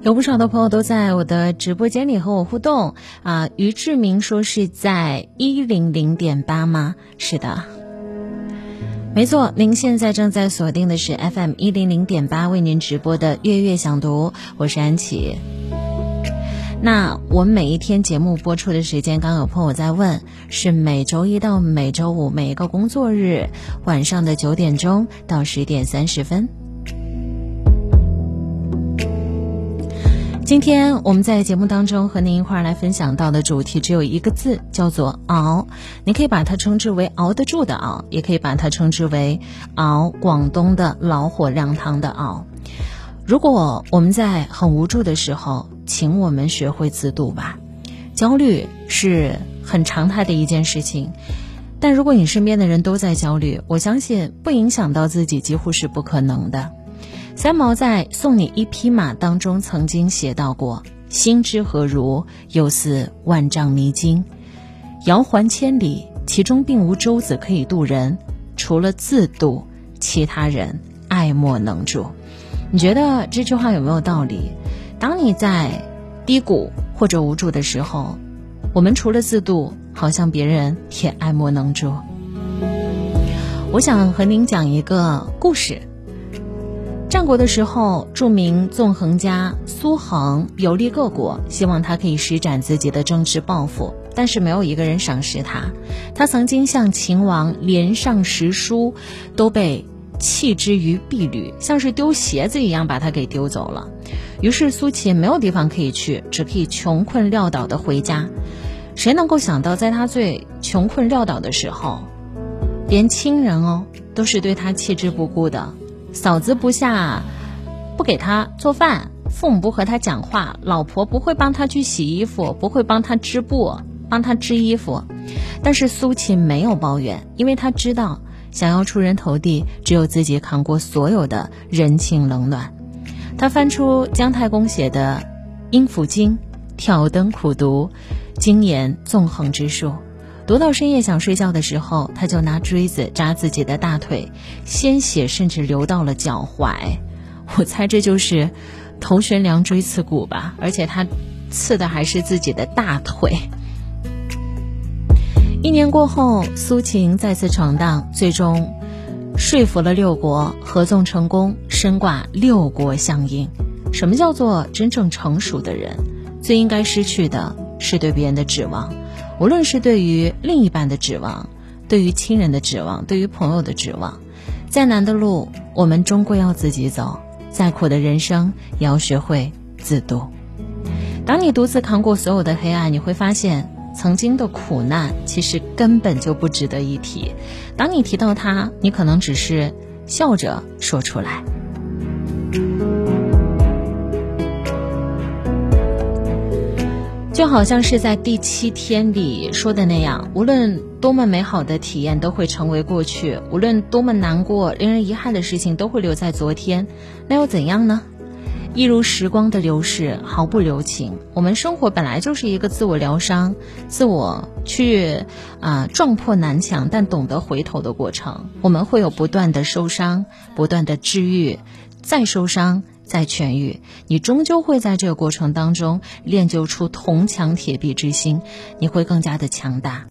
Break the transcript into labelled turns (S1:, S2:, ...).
S1: 有不少的朋友都在我的直播间里和我互动啊。于志明说是在100.8吗？是的，没错，您现在正在锁定的是 FM 100.8为您直播的月月想读，我是安琪。那我们每一天节目播出的时间，刚有朋友在问，是每周一到每周五每一个工作日晚上的9点钟到10点30分。今天我们在节目当中和您一块儿来分享到的主题只有一个字，叫做熬。你可以把它称之为熬得住的熬，也可以把它称之为熬广东的老火靓汤的熬。如果我们在很无助的时候，请我们学会自渡吧。焦虑是很常态的一件事情，但如果你身边的人都在焦虑，我相信不影响到自己几乎是不可能的。三毛在《送你一匹马》当中曾经写到过，心之何如，又似万丈迷津，遥环千里，其中并无舟子可以渡人，除了自渡，其他人爱莫能助。你觉得这句话有没有道理？当你在低谷或者无助的时候，我们除了自渡，好像别人也爱莫能助。我想和您讲一个故事。战国的时候，著名纵横家苏衡游历各国，希望他可以施展自己的政治抱负，但是没有一个人赏识他。他曾经向秦王连上10书，都被弃之于敝履，像是丢鞋子一样把他给丢走了。于是苏秦没有地方可以去，只可以穷困潦倒的回家。谁能够想到，在他最穷困潦倒的时候，连亲人都是对他弃之不顾的。嫂子不下，不给他做饭，父母不和他讲话，老婆不会帮他去洗衣服，不会帮他织布，帮他织衣服。但是苏秦没有抱怨，因为他知道想要出人头地，只有自己扛过所有的人情冷暖。他翻出姜太公写的《阴符经》，挑灯苦读，精研纵横之术。读到深夜想睡觉的时候，他就拿锥子扎自己的大腿，鲜血甚至流到了脚踝。我猜这就是头悬梁锥刺股吧，而且他刺的还是自己的大腿。1年过后，苏秦再次闯荡，最终说服了6国，合纵成功，身挂6国相印。什么叫做真正成熟的人？最应该失去的是对别人的指望，无论是对于另一半的指望，对于亲人的指望，对于朋友的指望。再难的路，我们终归要自己走，再苦的人生也要学会自渡。当你独自扛过所有的黑暗，你会发现曾经的苦难其实根本就不值得一提。当你提到它，你可能只是笑着说出来。就好像是在第7天里说的那样，无论多么美好的体验都会成为过去，无论多么难过令人遗憾的事情都会留在昨天，那又怎样呢？一如时光的流逝，毫不留情。我们生活本来就是一个自我疗伤，自我去撞破南墙，但懂得回头的过程。我们会有不断的受伤，不断的治愈，再受伤，再痊愈。你终究会在这个过程当中练就出铜墙铁壁之心，你会更加的强大。